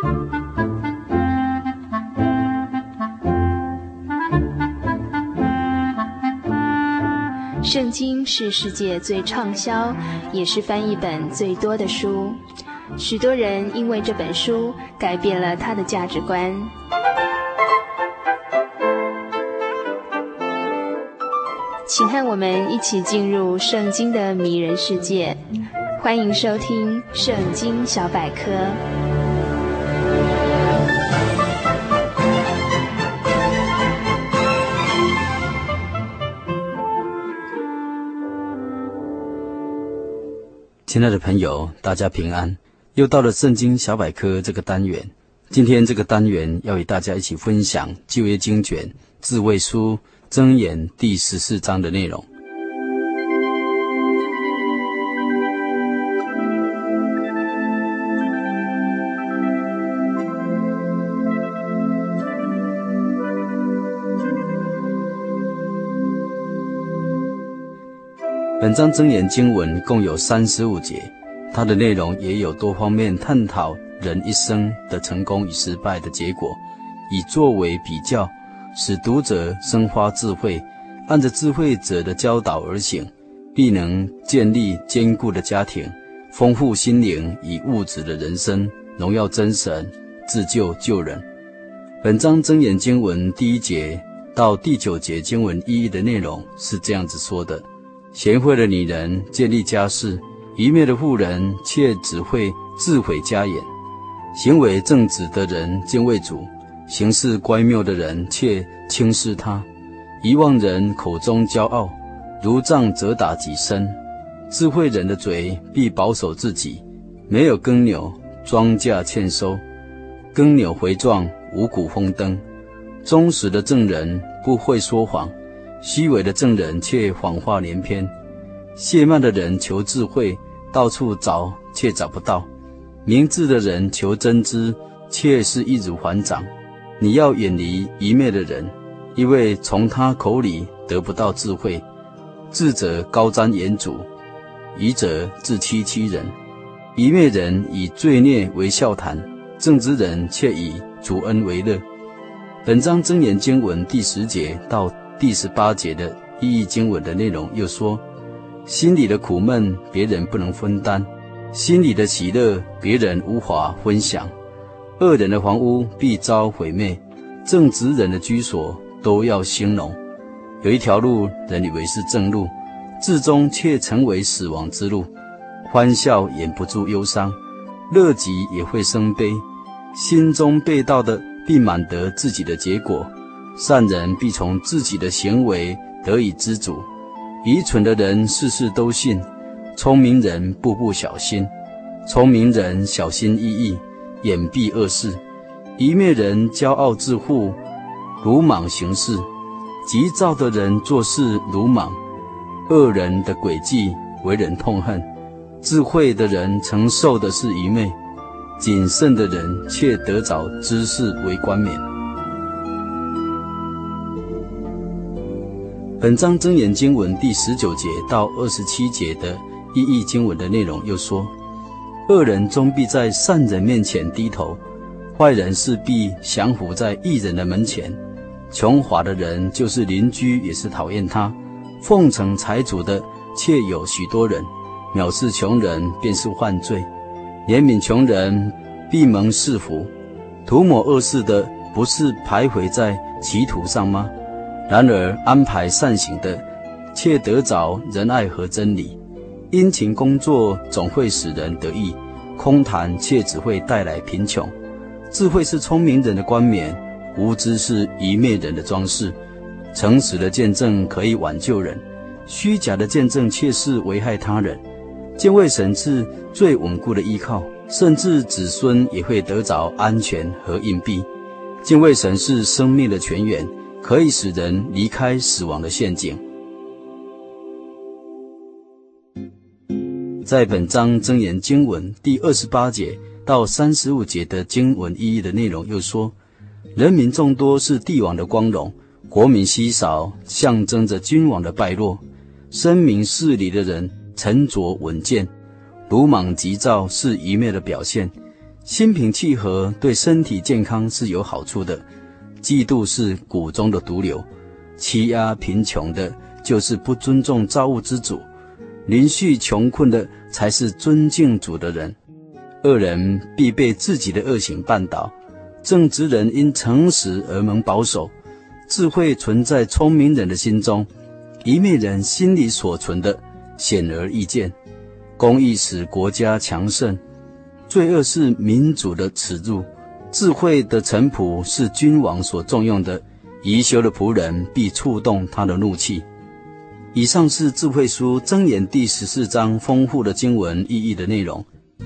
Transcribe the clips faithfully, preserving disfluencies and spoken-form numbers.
圣经是世界最畅销，也是翻译本最多的书。许多人因为这本书改变了他的价值观。请和我们一起进入圣经的迷人世界，欢迎收听圣经小百科。 亲爱的朋友，大家平安，又到了圣经小百科这个单元。今天这个单元要与大家一起分享旧约经卷智慧书箴言第十四章的内容。本章箴言经文共有三十五节，它的内容也有多方面探讨人一生的成功与失败的结果，以作为比较，使读者生发智慧，按着智慧者的教导而行，必能建立坚固的家庭，丰富心灵与物质的人生，荣耀真神，自救救人。本章箴言经文第一节到第九节经文意义的内容是这样子说的：贤惠的女人建立家室，愚昧的妇人却只会自毁家园。行为正直的人敬畏主，行事乖谬的人却轻视他。遗忘人口中骄傲，如杖责打己身。智慧人的嘴必保守自己，没有耕牛，庄稼欠收；耕牛回状，五谷丰登。忠实的正人不会说谎，虚伪的正人却谎话连篇。懈慢的人求智慧，到处找却找不到；明智的人求真知，却是易如反掌。你要远离愚昧的人，因为从他口里得不到智慧。智者高瞻远瞩，愚者自欺欺人。愚昧人以罪孽为笑谈，正直人却以主恩为乐。本章箴言经文第十节到第十八节的意义经文的内容又说：心里的苦闷别人不能分担，心里的喜乐别人无法分享。恶人的房屋必遭毁灭，正直人的居所都要兴隆。有一条路人以为是正路，至终却成为死亡之路。欢笑掩不住忧伤，乐极也会生悲。心中背道的必满得自己的结果，善人必从自己的行为得以知足。愚蠢的人事事都信，聪明人步步小心。聪明人小心翼翼，掩蔽恶事；愚昧人骄傲自负，鲁莽行事。急躁的人做事鲁莽，恶人的诡计为人痛恨。智慧的人承受的是愚昧，谨慎的人却得着知识为冠冕。本章箴言经文第十九节到二十七节的意义经文的内容又说：恶人终必在善人面前低头，坏人势必降服在义人的门前。穷乏的人就是邻居也是讨厌他，奉承财主的却有许多人，藐视穷人便是犯罪。怜悯穷人必蒙赐福，涂抹恶事的不是徘徊在歧途上吗？然而安排善行的却得着仁爱和真理。殷勤工作总会使人得益，空谈却只会带来贫穷。智慧是聪明人的冠冕，无知是愚昧人的装饰。诚实的见证可以挽救人，虚假的见证却是危害他人。敬畏神是最稳固的依靠，甚至子孙也会得着安全和荫庇。敬畏神是生命的泉源，可以使人离开死亡的陷阱。在本章箴言经文第二十八节到三十五节的经文意义的内容又说：人民众多是帝王的光荣，国民稀少象征着君王的败落。深明事理的人沉着稳健，鲁莽急躁是愚昧的表现。 心平气和对身体健康是有好处的。嫉妒是谷中的毒瘤，欺压贫穷的就是不尊重造物之主，连续穷困的才是尊敬主的人。恶人必被自己的恶行绊倒，正直人因诚实而蒙保守。智慧存在聪明人的心中，愚昧人心里所存的显而易见。公义使国家强盛，罪恶是民主的耻辱。智慧的臣仆是君王所重用的，宜修的仆人必触动他的怒气。以上是智慧书箴言第十四章丰富的经文意义的内容。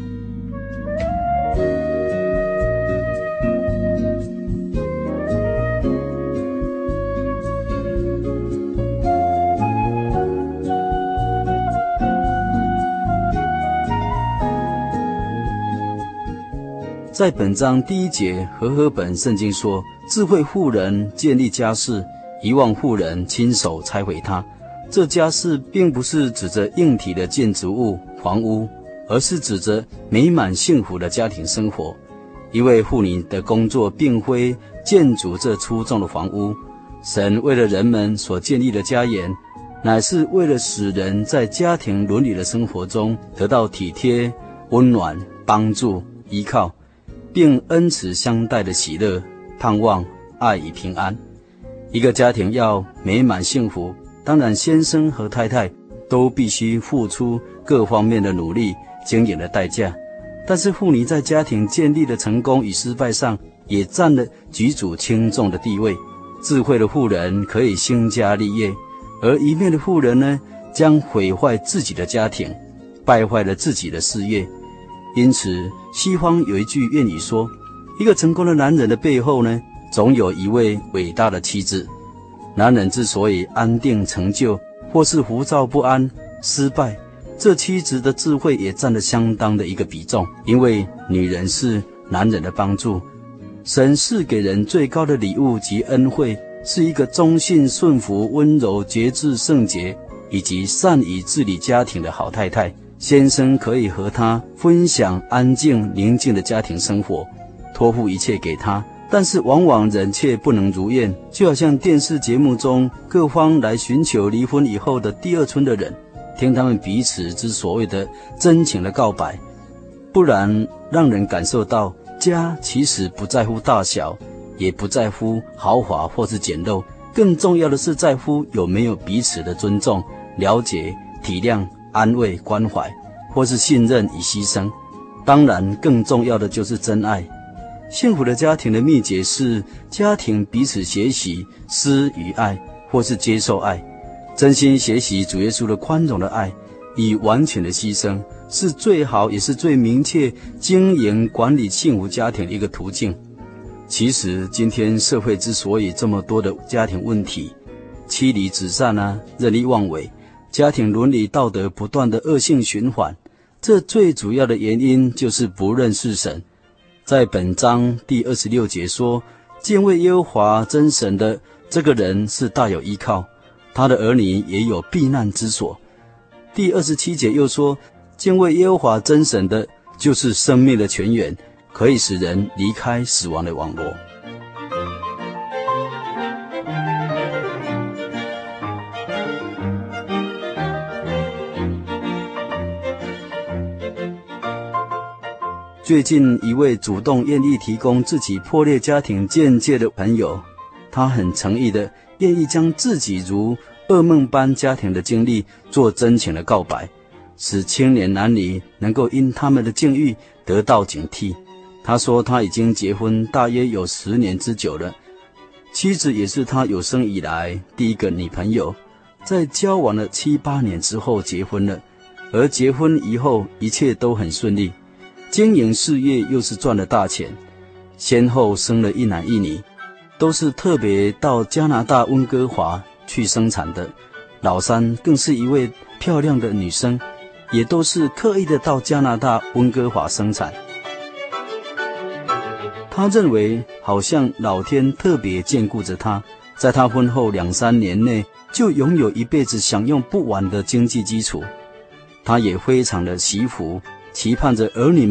在本章第一节，和合本圣经说，智慧妇人建立家室，遗忘妇人亲手拆毁它。这家室并不是指着硬体的建筑物、房屋，而是指着美满幸福的家庭生活。一位妇女的工作并非建筑这粗重的房屋，神为了人们所建立的家园，乃是为了使人在家庭伦理的生活中得到体贴、温暖、帮助、依靠，并恩慈相待的喜乐、盼望、爱与平安。一个家庭要美满幸福，当然先生和太太都必须付出各方面的努力、经营的代价。但是妇女在家庭建立的成功与失败上，也占了举足轻重的地位。智慧的妇人可以兴家立业，而愚昧的妇人呢，将毁坏自己的家庭，败坏了自己的事业。因此，西方有一句谚语说，一个成功的男人的背后呢，总有一位伟大的妻子。男人之所以安定成就，或是浮躁不安、失败，这妻子的智慧也占了相当的一个比重。因为女人是男人的帮助，神赐给人最高的礼物及恩惠，是一个忠信、顺服、温柔、节制、圣洁，以及善于治理家庭的好太太。先生可以和她分享安静宁静的家庭生活，托付一切给她，但是往往人却不能如愿，就好像电视节目中各方来寻求离婚以后的第二春的人，听他们彼此之所谓的真情的告白，不然让人感受到家其实不在乎大小，也不在乎豪华或是简陋，更重要的是在乎有没有彼此的尊重、了解、体谅、安慰、关怀，或是信任与牺牲。当然更重要的就是真爱。幸福的家庭的秘诀是家庭彼此学习施与爱，或是接受爱，真心学习主耶稣的宽容的爱与完全的牺牲，是最好也是最明确经营管理幸福家庭的一个途径。其实今天社会之所以这么多的家庭问题，妻离子散啊，任意妄为，家庭伦理道德不断的恶性循环，这最主要的原因就是不认识神。在本章第二十六节说，敬畏耶和华真神的这个人是大有依靠，他的儿女也有避难之所。第二十七节又说，敬畏耶和华真神的就是生命的泉源，可以使人离开死亡的网罗。最近一位主动愿意提供自己破裂家庭见解的朋友，他很诚意的愿意将自己如噩梦般家庭的经历做真情的告白，使青年男女能够因他们的境遇得到警惕。他说他已经结婚大约有十年之久了，妻子也是他有生以来第一个女朋友，在交往了七八年之后结婚了，而结婚以后一切都很顺利，经营事业又是赚了大钱，先后生了一男一女，都是特别到加拿大温哥华去生产的。老三更是一位漂亮的女生，也都是刻意的到加拿大温哥华生产。他认为好像老天特别眷顾着他，在他婚后两三年内就拥有一辈子享用不完的经济基础。他也非常的惜福，期盼着儿女们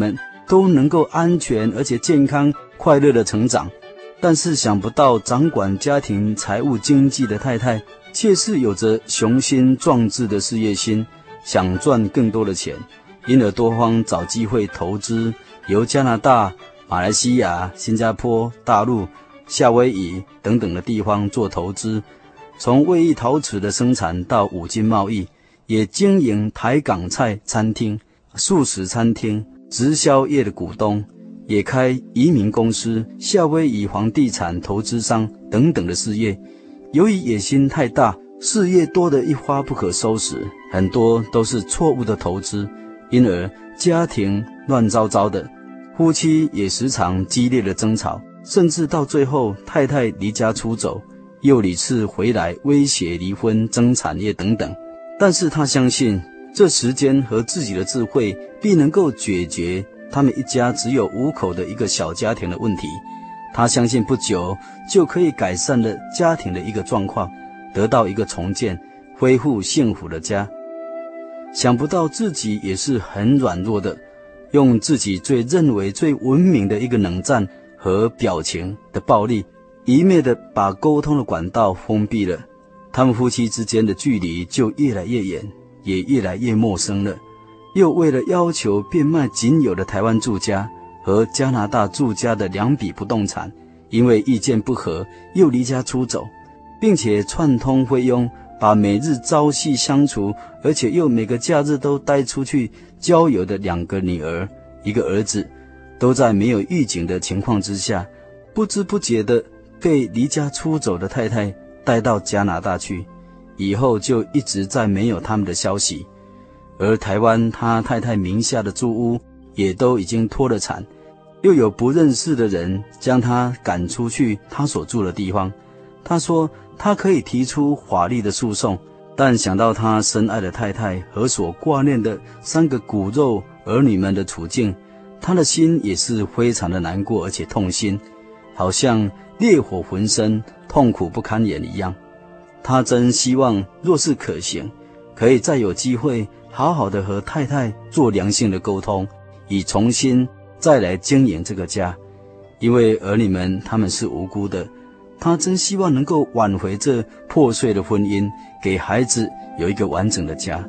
都能够安全而且健康快乐的成长。但是想不到掌管家庭财务经济的太太，却是有着雄心壮志的事业心，想赚更多的钱，因而多方找机会投资，由加拿大、马来西亚、新加坡、大陆、夏威夷等等的地方做投资，从卫浴陶瓷的生产到五金贸易，也经营台港菜餐厅、素食餐厅、直销业的股东，也开移民公司、夏威夷房地产投资商等等的事业。由于野心太大，事业多得一发不可收拾，很多都是错误的投资，因而家庭乱糟糟的，夫妻也时常激烈的争吵，甚至到最后太太离家出走，又屡次回来威胁离婚、争产业等等。但是他相信这时间和自己的智慧必能够解决他们一家只有五口的一个小家庭的问题。他相信不久就可以改善了家庭的一个状况，得到一个重建、恢复幸福的家。想不到自己也是很软弱的，用自己最认为最文明的一个冷战和表情的暴力，一面的把沟通的管道封闭了。他们夫妻之间的距离就越来越远，也越来越陌生了。又为了要求变卖仅有的台湾住家和加拿大住家的两笔不动产，因为意见不合又离家出走，并且串通菲佣，把每日朝夕相处，而且又每个假日都带出去郊游的两个女儿、一个儿子，都在没有预警的情况之下，不知不觉的被离家出走的太太带到加拿大去，以后就一直再没有他们的消息。而台湾他太太名下的住屋也都已经脱了产，又有不认识的人将他赶出去他所住的地方。他说他可以提出法律的诉讼，但想到他深爱的太太和所挂念的三个骨肉儿女们的处境，他的心也是非常的难过而且痛心，好像烈火焚身，痛苦不堪言一样。他真希望若是可行，可以再有机会好好的和太太做良性的沟通，以重新再来经营这个家。因为儿女们他们是无辜的，他真希望能够挽回这破碎的婚姻，给孩子有一个完整的家。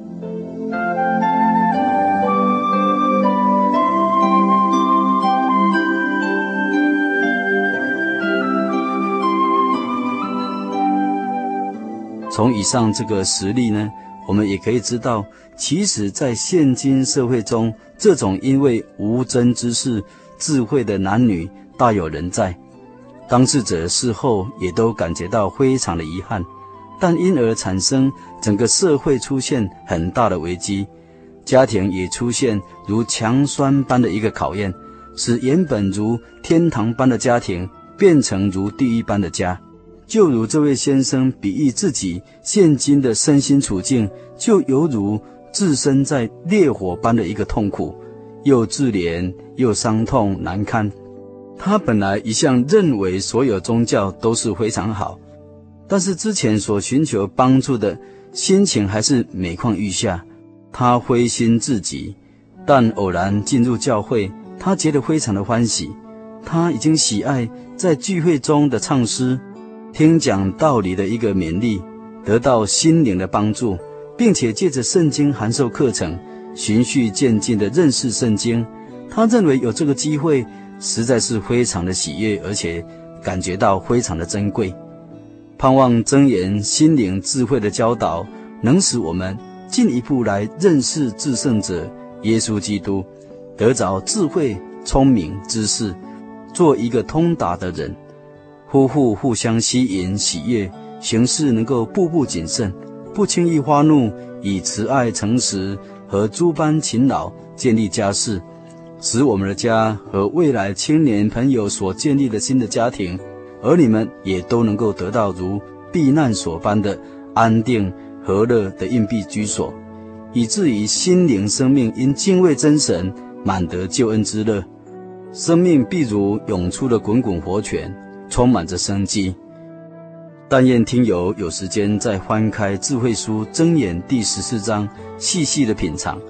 从以上这个实例呢，我们也可以知道，其实在现今社会中，这种因为无真之事智慧的男女大有人在。当事者事后也都感觉到非常的遗憾，但因而产生整个社会出现很大的危机，家庭也出现如强酸般的一个考验，使原本如天堂般的家庭变成如地狱般的家。就如这位先生比喻自己现今的身心处境，就犹如置身在烈火般的一个痛苦，又自怜又伤痛难堪。他本来一向认为所有宗教都是非常好，但是之前所寻求帮助的心情还是每况愈下，他灰心至极。但偶然进入教会，他觉得非常的欢喜。他已经喜爱在聚会中的唱诗，听讲道理的一个勉励，得到心灵的帮助，并且借着圣经函授课程，循序渐进地认识圣经。他认为有这个机会实在是非常的喜悦，而且感觉到非常的珍贵。盼望箴言心灵智慧的教导，能使我们进一步来认识至圣者耶稣基督，得着智慧、聪明、知识，做一个通达的人。夫妇互相吸引喜悦，行事能够步步谨慎，不轻易发怒，以慈爱诚实和诸般勤劳建立家室，使我们的家和未来青年朋友所建立的新的家庭，儿女们也都能够得到如避难所般的安定和乐的隐蔽居所，以至于心灵生命因敬畏真神，满得救恩之乐，生命必如涌出的滚滚活泉，充满着生机。但愿听友有时间再翻开智慧书箴言第十四章，细细的品尝，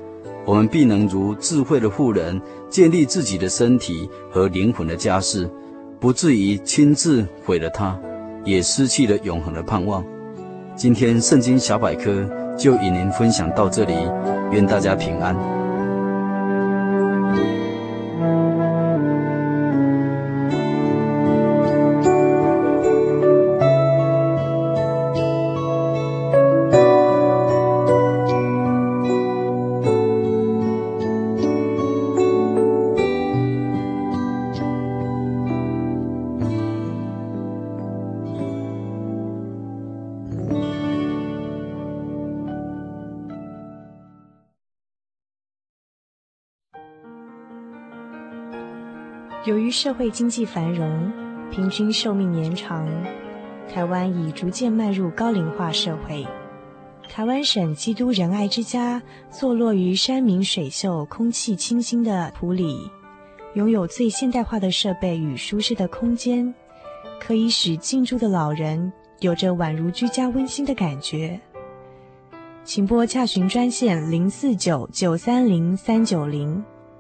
我们必能如智慧的妇人建立自己的身体和灵魂的家室，不至于亲自毁了它，也失去了永恒的盼望。今天圣经小百科就与您分享到这里，愿大家平安。 由于社会经济繁荣，平均寿命延长，台湾已逐渐迈入高龄化社会。台湾省基督仁爱之家坐落于山明水秀、空气清新的埔里，拥有最现代化的设备与舒适的空间，可以使进驻的老人有着宛如居家温馨的感觉。请拨洽询专线零四九九三零三九零。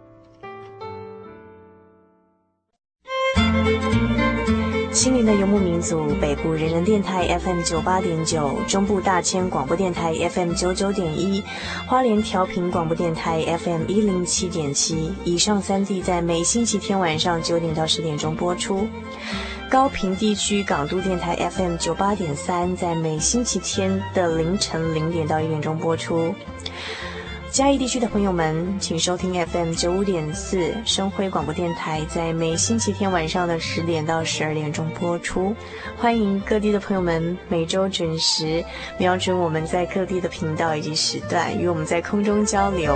心灵的游牧民族，北部人人电台 F M 九八点九，中部大千广播电台 F M 九九点一，花莲调频广播电台 F M 一零七点七。以上三地在每星期天晚上九点到十点钟播出。高屏地区港都电台 F M 九八点三，在每星期天的凌晨零点到一点钟播出。嘉义地区的朋友们，请收听 F M 九五点四生辉广播电台，在每星期天晚上的十点到十二点钟播出。欢迎各地的朋友们每周准时瞄准我们在各地的频道以及时段，与我们在空中交流。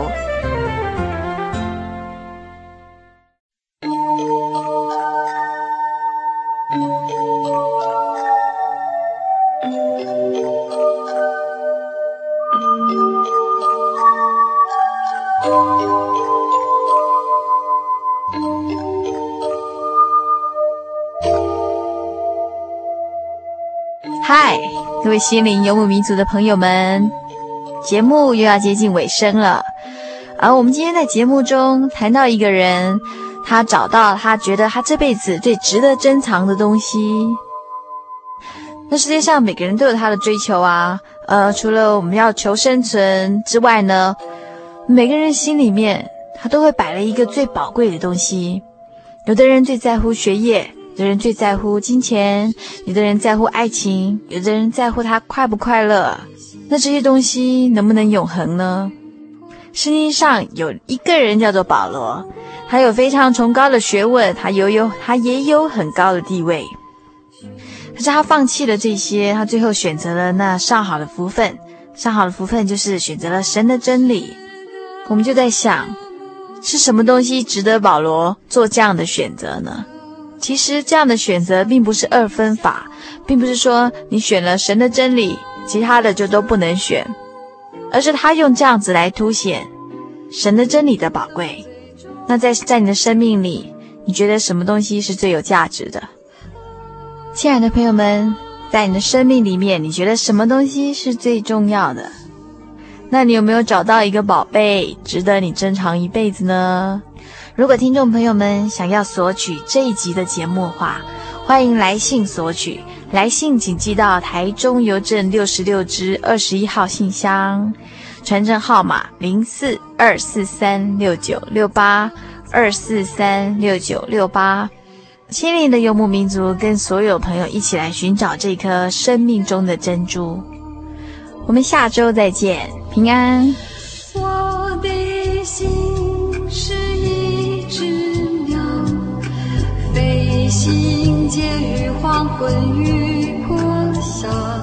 嗨，各位心灵游牧民族的朋友们，节目又要接近尾声了。而我们今天在节目中谈到一个人，他找到他觉得他这辈子最值得珍藏的东西。那世界上每个人都有他的追求啊，呃，除了我们要求生存之外呢，每个人心里面他都会摆了一个最宝贵的东西。有的人最在乎学业，有的人最在乎金钱，有的人在乎爱情，有的人在乎他快不快乐。那这些东西能不能永恒呢？圣经上有一个人叫做保罗，他有非常崇高的学问，他有有他也有很高的地位。可是他放弃了这些，他最后选择了那上好的福分。上好的福分就是选择了神的真理。我们就在想，是什么东西值得保罗做这样的选择呢？其实这样的选择并不是二分法，并不是说你选了神的真理，其他的就都不能选，而是他用这样子来凸显神的真理的宝贵。那在在你的生命里，你觉得什么东西是最有价值的？亲爱的朋友们，在你的生命里面，你觉得什么东西是最重要的？那你有没有找到一个宝贝，值得你珍藏一辈子呢？如果听众朋友们想要索取这一集的节目的话，欢迎来信索取。来信请寄到台中邮政六十六支二十一号信箱，传真号码零四二四三六九六八二四三六九六八。心灵的游牧民族跟所有朋友一起来寻找这颗生命中的珍珠。我们下周再见，平安。 我的心是一只鸟，飞行介于黄昏与破晓，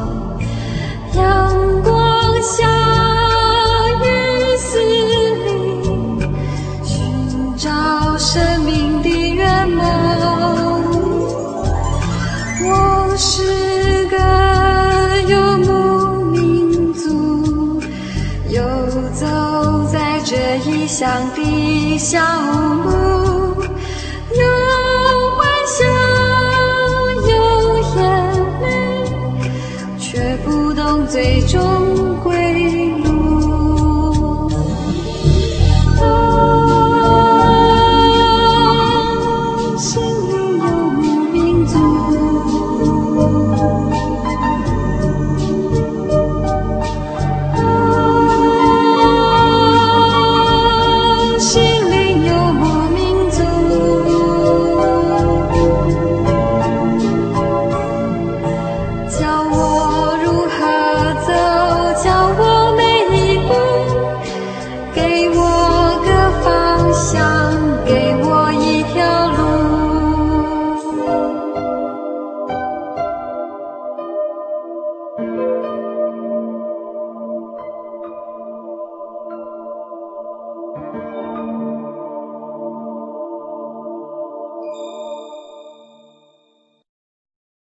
阳光下雨丝里寻找生命的圆梦。我是个游牧民族，游走在这异乡的小路，有欢笑有眼泪，却不懂最终